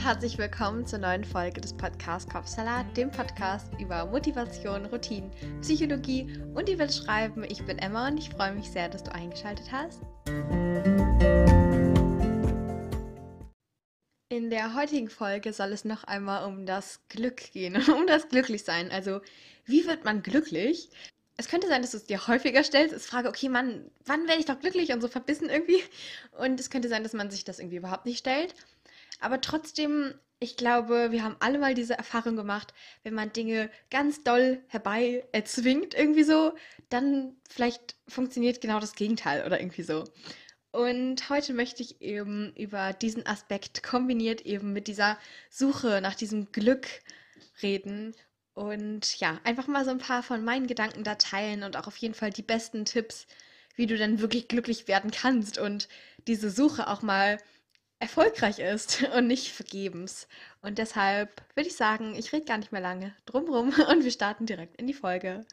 herzlich willkommen zur neuen Folge des Podcasts Kopfsalat, dem Podcast über Motivation, Routinen, Psychologie und die Welt schreiben. Ich bin Emma und ich freue mich sehr, dass du eingeschaltet hast. In der heutigen Folge soll es noch einmal um das Glück gehen, um das Glücklichsein. Also, wie wird man glücklich? Es könnte sein, dass du es dir häufiger stellst. Ich frage, okay, Mann, wann werde ich doch glücklich und so verbissen irgendwie? Und es könnte sein, dass man sich das irgendwie überhaupt nicht stellt. Aber trotzdem, ich glaube, wir haben alle mal diese Erfahrung gemacht, wenn man Dinge ganz doll herbei erzwingt, irgendwie so, dann vielleicht funktioniert genau das Gegenteil oder irgendwie so. Und heute möchte ich eben über diesen Aspekt kombiniert eben mit dieser Suche nach diesem Glück reden und ja, einfach mal so ein paar von meinen Gedanken da teilen und auch auf jeden Fall die besten Tipps, wie du dann wirklich glücklich werden kannst und diese Suche auch mal erfolgreich ist und nicht vergebens. Und deshalb würde ich sagen, ich rede gar nicht mehr lange drumrum und wir starten direkt in die Folge.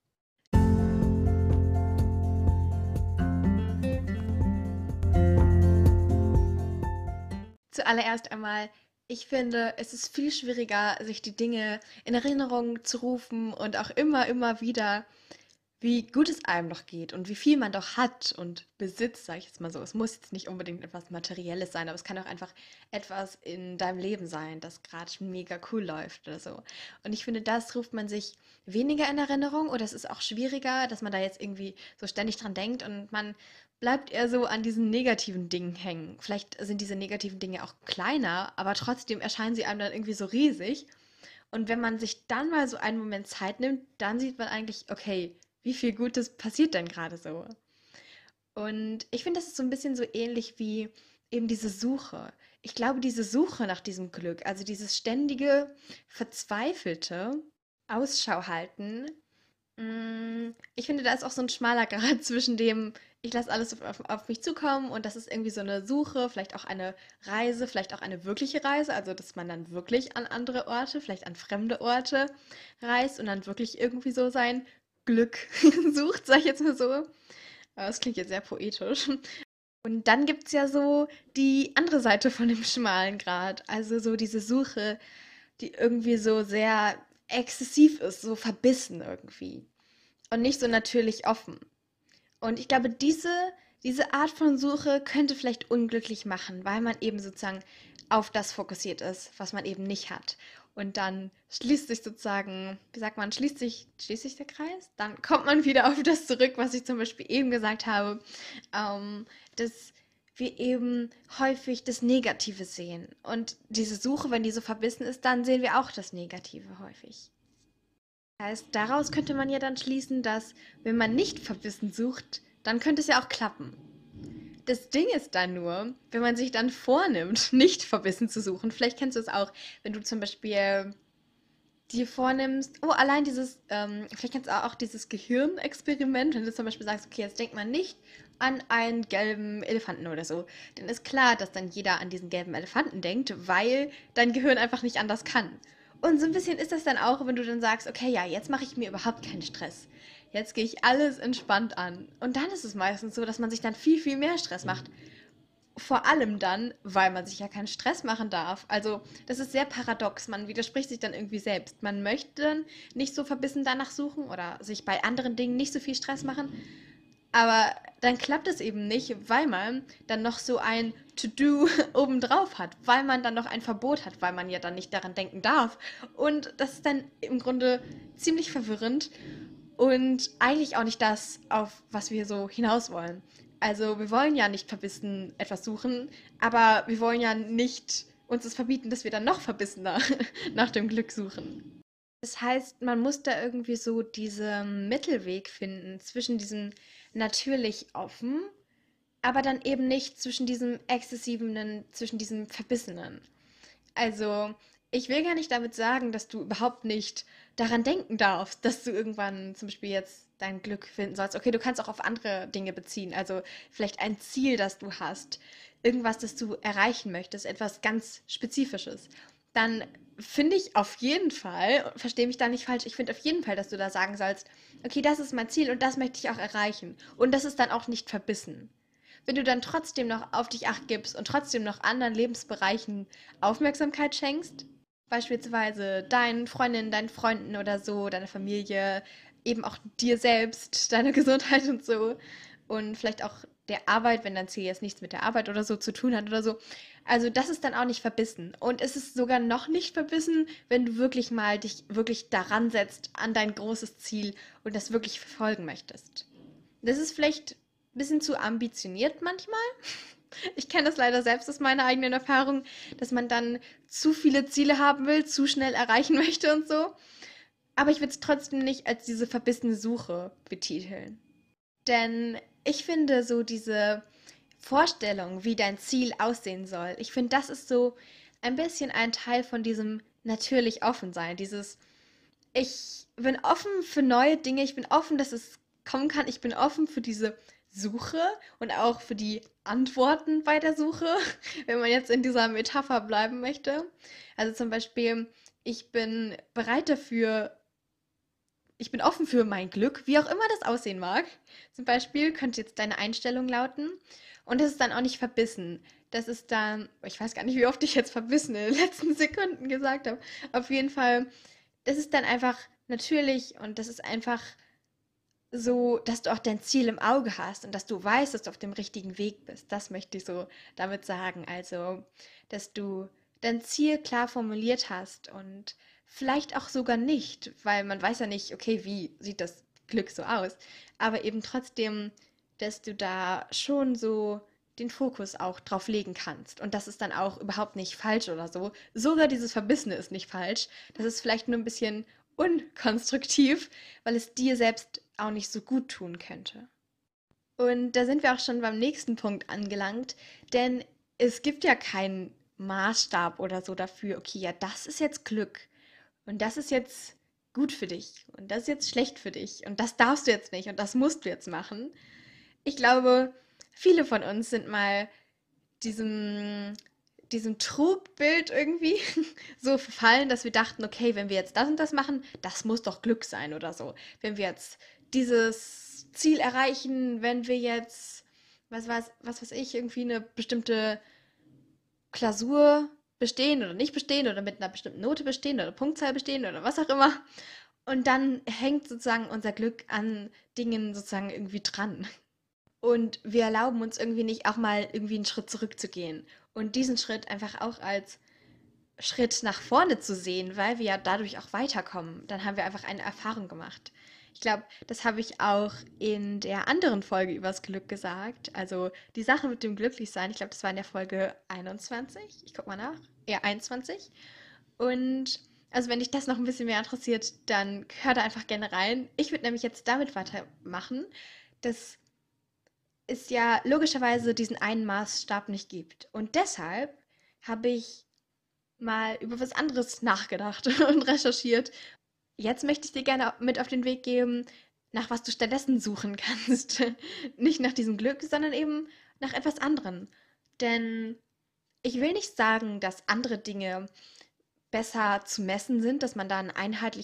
Zuallererst einmal, ich finde, es ist viel schwieriger, sich die Dinge in Erinnerung zu rufen und auch immer wieder, wie gut es einem doch geht und wie viel man doch hat und besitzt, sage ich jetzt mal so. Es muss jetzt nicht unbedingt etwas Materielles sein, aber es kann auch einfach etwas in deinem Leben sein, das gerade mega cool läuft oder so. Und ich finde, das ruft man sich weniger in Erinnerung oder es ist auch schwieriger, dass man da jetzt irgendwie so ständig dran denkt und man bleibt eher so an diesen negativen Dingen hängen. Vielleicht sind diese negativen Dinge auch kleiner, aber trotzdem erscheinen sie einem dann irgendwie so riesig. Und wenn man sich dann mal so einen Moment Zeit nimmt, dann sieht man eigentlich, okay, wie viel Gutes passiert denn gerade so? Und ich finde, das ist so ein bisschen so ähnlich wie eben diese Suche. Ich glaube, diese Suche nach diesem Glück, also dieses ständige, verzweifelte Ausschau halten, ich finde, da ist auch so ein schmaler Grat zwischen dem, ich lasse alles auf mich zukommen und das ist irgendwie so eine Suche, vielleicht auch eine Reise, vielleicht auch eine wirkliche Reise, also dass man dann wirklich an andere Orte, vielleicht an fremde Orte reist und dann wirklich irgendwie so sein Glück sucht, sag ich jetzt mal so. Aber das klingt jetzt sehr poetisch. Und dann gibt es ja so die andere Seite von dem schmalen Grat, also so diese Suche, die irgendwie so sehr exzessiv ist, so verbissen irgendwie und nicht so natürlich offen. Und ich glaube, diese Art von Suche könnte vielleicht unglücklich machen, weil man eben sozusagen auf das fokussiert ist, was man eben nicht hat. Und dann schließt sich sozusagen, wie sagt man, schließt sich der Kreis? Dann kommt man wieder auf das zurück, was ich zum Beispiel eben gesagt habe, dass wir eben häufig das Negative sehen. Und diese Suche, wenn die so verbissen ist, dann sehen wir auch das Negative häufig. Heißt, daraus könnte man ja dann schließen, dass wenn man nicht verbissen sucht, dann könnte es ja auch klappen. Das Ding ist dann nur, wenn man sich dann vornimmt, nicht verbissen zu suchen, vielleicht kennst du es auch, wenn du zum Beispiel dir vornimmst, oh, allein vielleicht kennst du auch dieses Gehirnexperiment, wenn du zum Beispiel sagst, okay, jetzt denkt man nicht an einen gelben Elefanten oder so, dann ist klar, dass dann jeder an diesen gelben Elefanten denkt, weil dein Gehirn einfach nicht anders kann. Und so ein bisschen ist das dann auch, wenn du dann sagst, okay, ja, jetzt mache ich mir überhaupt keinen Stress. Jetzt gehe ich alles entspannt an. Und dann ist es meistens so, dass man sich dann viel mehr Stress macht. Vor allem dann, weil man sich ja keinen Stress machen darf. Also, das ist sehr paradox. Man widerspricht sich dann irgendwie selbst. Man möchte dann nicht so verbissen danach suchen oder sich bei anderen Dingen nicht so viel Stress machen. Aber dann klappt es eben nicht, weil man dann noch so ein To-Do obendrauf hat, weil man dann noch ein Verbot hat, weil man ja dann nicht daran denken darf. Und das ist dann im Grunde ziemlich verwirrend und eigentlich auch nicht das, auf was wir so hinaus wollen. Also wir wollen ja nicht verbissen etwas suchen, aber wir wollen ja nicht uns das verbieten, dass wir dann noch verbissener nach dem Glück suchen. Das heißt, man muss da irgendwie so diesen Mittelweg finden zwischen diesem natürlich offen, aber dann eben nicht zwischen diesem exzessiven, zwischen diesem Verbissenen. Also, ich will gar nicht damit sagen, dass du überhaupt nicht daran denken darfst, dass du irgendwann zum Beispiel jetzt dein Glück finden sollst. Okay, du kannst auch auf andere Dinge beziehen. Also vielleicht ein Ziel, das du hast, irgendwas, das du erreichen möchtest, etwas ganz Spezifisches. Dann finde ich auf jeden Fall, verstehe mich da nicht falsch, ich finde auf jeden Fall, dass du da sagen sollst, okay, das ist mein Ziel und das möchte ich auch erreichen. Und das ist dann auch nicht verbissen. wenn du dann trotzdem noch auf dich acht gibst und trotzdem noch anderen Lebensbereichen Aufmerksamkeit schenkst, beispielsweise deinen Freundinnen, deinen Freunden oder so, deiner Familie, eben auch dir selbst, deiner Gesundheit und so und vielleicht auch der Arbeit, wenn dein Ziel jetzt nichts mit der Arbeit oder so zu tun hat oder so. Also das ist dann auch nicht verbissen. Und es ist sogar noch nicht verbissen, wenn du wirklich mal dich wirklich daran setzt, an dein großes Ziel und das wirklich verfolgen möchtest. Das ist vielleicht ein bisschen zu ambitioniert manchmal. Ich kenne das leider selbst aus meiner eigenen Erfahrung, dass man dann zu viele Ziele haben will, zu schnell erreichen möchte und so. Aber ich würde es trotzdem nicht als diese verbissene Suche betiteln. Denn ich finde so diese Vorstellung, wie dein Ziel aussehen soll, ich finde, das ist so ein bisschen ein Teil von diesem natürlich offen sein. Dieses, ich bin offen für neue Dinge, ich bin offen, dass es kommen kann, ich bin offen für diese Suche und auch für die Antworten bei der Suche, wenn man jetzt in dieser Metapher bleiben möchte. Also zum Beispiel, ich bin bereit dafür, ich bin offen für mein Glück, wie auch immer das aussehen mag. Zum Beispiel könnte jetzt deine Einstellung lauten. Und das ist dann auch nicht verbissen. Das ist dann, ich weiß gar nicht, wie oft ich jetzt verbissen in den letzten Sekunden gesagt habe. Auf jeden Fall, das ist dann einfach natürlich und das ist einfach so, dass du auch dein Ziel im Auge hast und dass du weißt, dass du auf dem richtigen Weg bist. Das möchte ich so damit sagen. Also, dass du dein Ziel klar formuliert hast und vielleicht auch sogar nicht, weil man weiß ja nicht, okay, wie sieht das Glück so aus, aber eben trotzdem, dass du da schon so den Fokus auch drauf legen kannst. Und das ist dann auch überhaupt nicht falsch oder so. Sogar dieses Verbissene ist nicht falsch. Das ist vielleicht nur ein bisschen unkonstruktiv, weil es dir selbst auch nicht so gut tun könnte. Und da sind wir auch schon beim nächsten Punkt angelangt, denn es gibt ja keinen Maßstab oder so dafür, okay, ja, das ist jetzt Glück und das ist jetzt gut für dich und das ist jetzt schlecht für dich und das darfst du jetzt nicht und das musst du jetzt machen. Ich glaube, viele von uns sind mal diesem, diesem Trugbild irgendwie so verfallen, dass wir dachten, okay, wenn wir jetzt das und das machen, das muss doch Glück sein oder so. Wenn wir jetzt dieses Ziel erreichen, wenn wir jetzt, was weiß ich, irgendwie eine bestimmte Klausur bestehen oder nicht bestehen oder mit einer bestimmten Note bestehen oder Punktzahl bestehen oder was auch immer. Und dann hängt sozusagen unser Glück an Dingen sozusagen irgendwie dran. Und wir erlauben uns irgendwie nicht auch mal irgendwie einen Schritt zurückzugehen und diesen Schritt einfach auch als Schritt nach vorne zu sehen, weil wir ja dadurch auch weiterkommen. Dann haben wir einfach eine Erfahrung gemacht. Ich glaube, das habe ich auch in der anderen Folge übers Glück gesagt. Also die Sache mit dem Glücklichsein, ich glaube, das war in der Folge 21. Ich gucke mal nach. Ja, 21. Und also wenn dich das noch ein bisschen mehr interessiert, dann hör da einfach gerne rein. Ich würde nämlich jetzt damit weitermachen, dass es ja logischerweise diesen einen Maßstab nicht gibt. Und deshalb habe ich mal über was anderes nachgedacht und recherchiert. Jetzt möchte ich dir gerne mit auf den Weg geben, nach was du stattdessen suchen kannst. Nicht nach diesem Glück, sondern eben nach etwas anderem. Denn ich will nicht sagen, dass andere Dinge besser zu messen sind, dass man da einen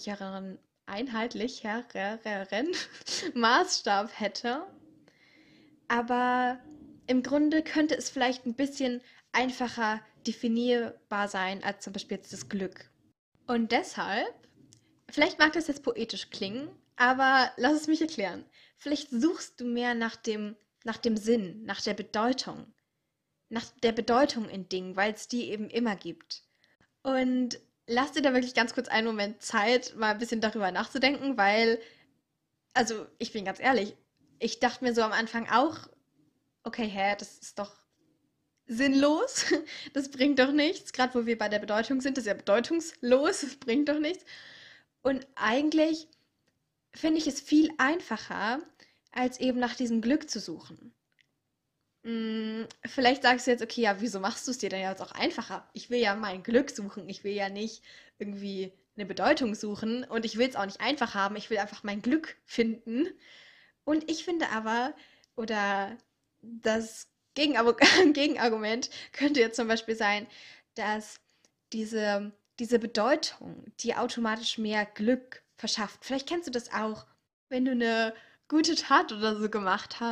einheitlicheren Maßstab hätte. Aber im Grunde könnte es vielleicht ein bisschen einfacher definierbar sein als zum Beispiel jetzt das Glück. Und deshalb, vielleicht mag das jetzt poetisch klingen, aber lass es mich erklären. Vielleicht suchst du mehr nach dem Sinn, nach der Bedeutung in Dingen, weil es die eben immer gibt. Und lass dir da wirklich ganz kurz einen Moment Zeit, mal ein bisschen darüber nachzudenken, weil, also ich bin ganz ehrlich, ich dachte mir so am Anfang auch, okay, hä, das ist doch sinnlos, das bringt doch nichts, gerade wo wir bei der Bedeutung sind, das ist ja bedeutungslos, das bringt doch nichts. Und eigentlich finde ich es viel einfacher, als eben nach diesem Glück zu suchen. Vielleicht sagst du jetzt, okay, ja, wieso machst du es dir denn jetzt auch einfacher? Ich will ja mein Glück suchen, ich will ja nicht irgendwie eine Bedeutung suchen und ich will es auch nicht einfach haben, ich will einfach mein Glück finden. Und ich finde aber, oder das Gegenargument könnte jetzt zum Beispiel sein, dass diese Bedeutung, die automatisch mehr Glück verschafft. Vielleicht kennst du das auch, wenn du eine gute Tat oder so gemacht hast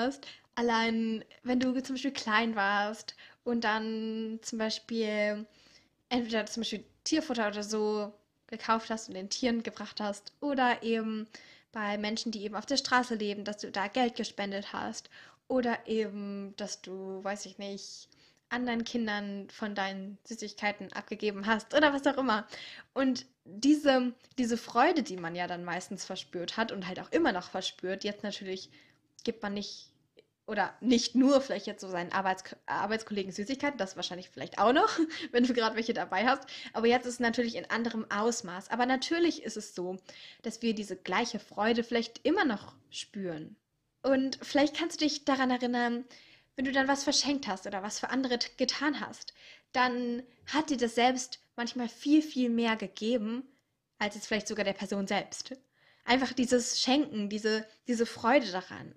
Allein, wenn du zum Beispiel klein warst und dann zum Beispiel entweder zum Beispiel Tierfutter oder so gekauft hast und den Tieren gebracht hast oder eben bei Menschen, die eben auf der Straße leben, dass du da Geld gespendet hast oder eben, dass du, weiß ich nicht, anderen Kindern von deinen Süßigkeiten abgegeben hast oder was auch immer. Und diese Freude, die man ja dann meistens verspürt hat und halt auch immer noch verspürt, jetzt natürlich gibt man nicht oder nicht nur vielleicht jetzt so seinen Arbeitskollegen Süßigkeiten, das wahrscheinlich vielleicht auch noch, wenn du gerade welche dabei hast. Aber jetzt ist es natürlich in anderem Ausmaß. Aber natürlich ist es so, dass wir diese gleiche Freude vielleicht immer noch spüren. Und vielleicht kannst du dich daran erinnern, wenn du dann was verschenkt hast oder was für andere getan hast, dann hat dir das selbst manchmal viel, viel mehr gegeben, als es vielleicht sogar der Person selbst. Einfach dieses Schenken, diese Freude daran.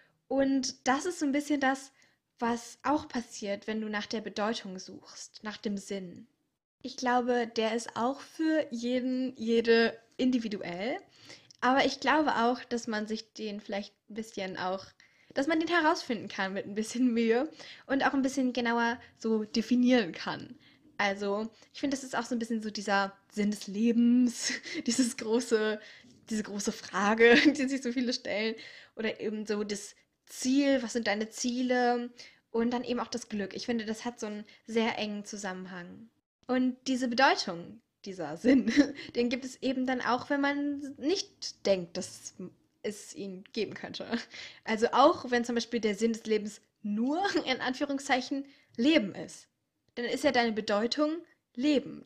Und das ist so ein bisschen das, was auch passiert, wenn du nach der Bedeutung suchst, nach dem Sinn. Ich glaube, der ist auch für jeden, jede individuell. Aber ich glaube auch, dass man sich den vielleicht ein bisschen auch, dass man den herausfinden kann mit ein bisschen Mühe und auch ein bisschen genauer so definieren kann. Also, ich finde, das ist auch so ein bisschen so dieser Sinn des Lebens, dieses große, diese große Frage, die sich so viele stellen. Oder eben so das Ziel, was sind deine Ziele? Und dann eben auch das Glück. Ich finde, das hat so einen sehr engen Zusammenhang. Und diese Bedeutung, dieser Sinn, den gibt es eben dann auch, wenn man nicht denkt, dass es ihn geben könnte. Also auch wenn zum Beispiel der Sinn des Lebens nur in Anführungszeichen Leben ist, dann ist ja deine Bedeutung Leben.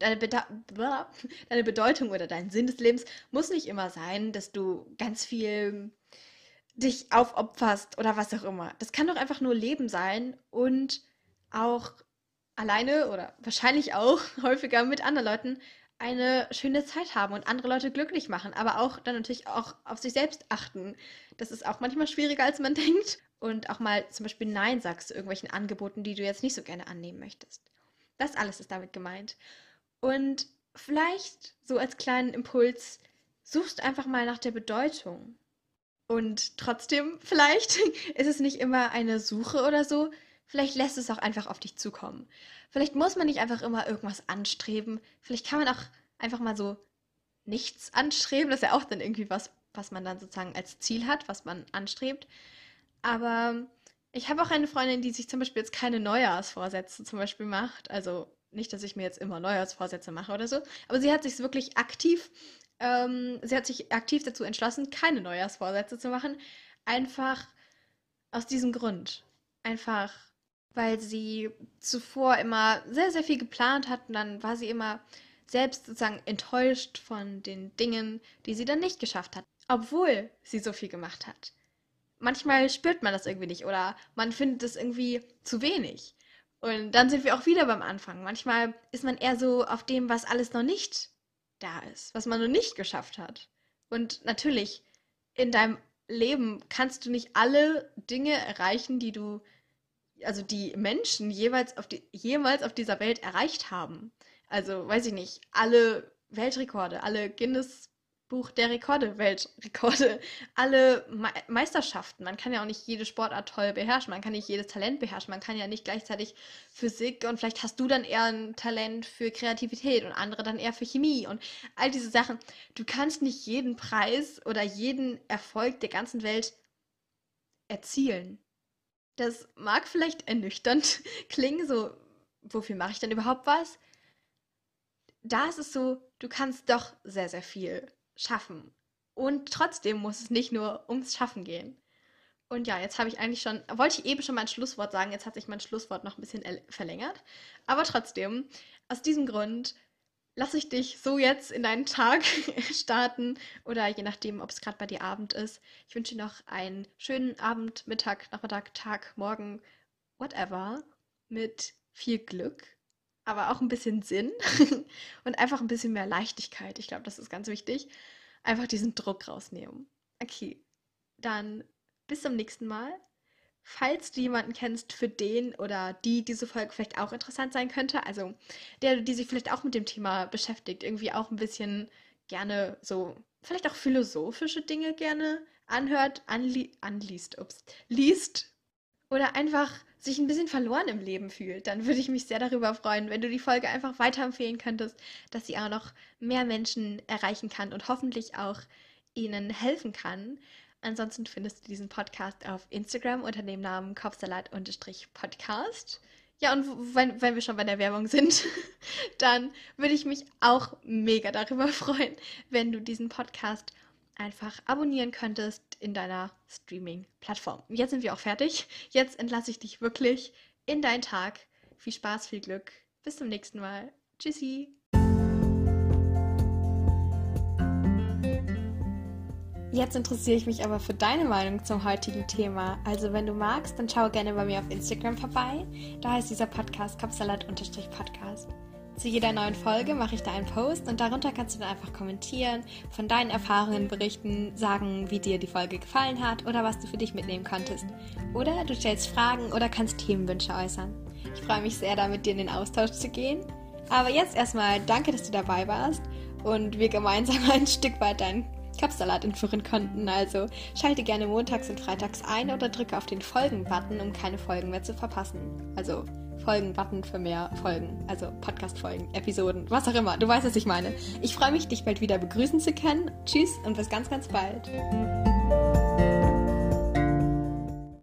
Deine Bedeutung oder dein Sinn des Lebens muss nicht immer sein, dass du ganz viel dich aufopferst oder was auch immer. Das kann doch einfach nur Leben sein und auch alleine oder wahrscheinlich auch häufiger mit anderen Leuten eine schöne Zeit haben und andere Leute glücklich machen, aber auch dann natürlich auch auf sich selbst achten. Das ist auch manchmal schwieriger, als man denkt. Und auch mal zum Beispiel Nein sagst zu irgendwelchen Angeboten, die du jetzt nicht so gerne annehmen möchtest. Das alles ist damit gemeint. Und vielleicht so als kleinen Impuls, suchst einfach mal nach der Bedeutung. Und trotzdem, vielleicht ist es nicht immer eine Suche oder so. Vielleicht lässt es auch einfach auf dich zukommen. Vielleicht muss man nicht einfach immer irgendwas anstreben. Vielleicht kann man auch einfach mal so nichts anstreben. Das ist ja auch dann irgendwie was, was man dann sozusagen als Ziel hat, was man anstrebt. Aber ich habe auch eine Freundin, die sich zum Beispiel jetzt keine Neujahrsvorsätze zum Beispiel macht. Also nicht, dass ich mir jetzt immer Neujahrsvorsätze mache oder so. Aber sie hat sich aktiv dazu entschlossen, keine Neujahrsvorsätze zu machen. Einfach aus diesem Grund. Einfach, weil sie zuvor immer sehr, sehr viel geplant hat und dann war sie immer selbst sozusagen enttäuscht von den Dingen, die sie dann nicht geschafft hat, obwohl sie so viel gemacht hat. Manchmal spürt man das irgendwie nicht oder man findet es irgendwie zu wenig. Und dann sind wir auch wieder beim Anfang. Manchmal ist man eher so auf dem, was alles noch nicht da ist, was man noch nicht geschafft hat. Und natürlich, in deinem Leben kannst du nicht alle Dinge erreichen, also die Menschen jemals auf dieser Welt erreicht haben. Also, weiß ich nicht, alle Weltrekorde, alle Guinness Buch der Rekorde, Weltrekorde, alle Meisterschaften. Man kann ja auch nicht jede Sportart toll beherrschen, man kann nicht jedes Talent beherrschen, man kann ja nicht gleichzeitig Physik und vielleicht hast du dann eher ein Talent für Kreativität und andere dann eher für Chemie und all diese Sachen. Du kannst nicht jeden Preis oder jeden Erfolg der ganzen Welt erzielen. Das mag vielleicht ernüchternd klingen, so, wofür mache ich denn überhaupt was? Da ist es so, du kannst doch sehr, sehr viel schaffen. Und trotzdem muss es nicht nur ums Schaffen gehen. Und ja, jetzt habe ich eigentlich schon, wollte ich eben schon mein Schlusswort sagen, jetzt hat sich mein Schlusswort noch ein bisschen verlängert. Aber trotzdem, aus diesem Grund lasse ich dich so jetzt in deinen Tag starten oder je nachdem, ob es gerade bei dir Abend ist. Ich wünsche dir noch einen schönen Abend, Mittag, Nachmittag, Tag, Morgen, whatever, mit viel Glück, aber auch ein bisschen Sinn und einfach ein bisschen mehr Leichtigkeit. Ich glaube, das ist ganz wichtig. Einfach diesen Druck rausnehmen. Okay, dann bis zum nächsten Mal. Falls du jemanden kennst, für den oder die diese Folge vielleicht auch interessant sein könnte, also die sich vielleicht auch mit dem Thema beschäftigt, irgendwie auch ein bisschen gerne so, vielleicht auch philosophische Dinge gerne anhört, liest, oder einfach sich ein bisschen verloren im Leben fühlt, dann würde ich mich sehr darüber freuen, wenn du die Folge einfach weiterempfehlen könntest, dass sie auch noch mehr Menschen erreichen kann und hoffentlich auch ihnen helfen kann. Ansonsten findest du diesen Podcast auf Instagram unter dem Namen Kopfsalat-Podcast. Ja, und wenn wir schon bei der Werbung sind, dann würde ich mich auch mega darüber freuen, wenn du diesen Podcast einfach abonnieren könntest in deiner Streaming-Plattform. Jetzt sind wir auch fertig. Jetzt entlasse ich dich wirklich in deinen Tag. Viel Spaß, viel Glück. Bis zum nächsten Mal. Tschüssi. Jetzt interessiere ich mich aber für deine Meinung zum heutigen Thema. Also wenn du magst, dann schau gerne bei mir auf Instagram vorbei. Da heißt dieser Podcast Kopfsalat-Podcast. Zu jeder neuen Folge mache ich da einen Post und darunter kannst du dann einfach kommentieren, von deinen Erfahrungen berichten, sagen, wie dir die Folge gefallen hat oder was du für dich mitnehmen konntest. Oder du stellst Fragen oder kannst Themenwünsche äußern. Ich freue mich sehr, da mit dir in den Austausch zu gehen. Aber jetzt erstmal danke, dass du dabei warst und wir gemeinsam ein Stück weit deinen Kopfsalat entführen konnten. Also schalte gerne montags und freitags ein oder drücke auf den Folgen-Button, um keine Folgen mehr zu verpassen. Also Folgen-Button für mehr Folgen, also Podcast-Folgen, Episoden, was auch immer. Du weißt, was ich meine. Ich freue mich, dich bald wieder begrüßen zu können. Tschüss und bis ganz, ganz bald.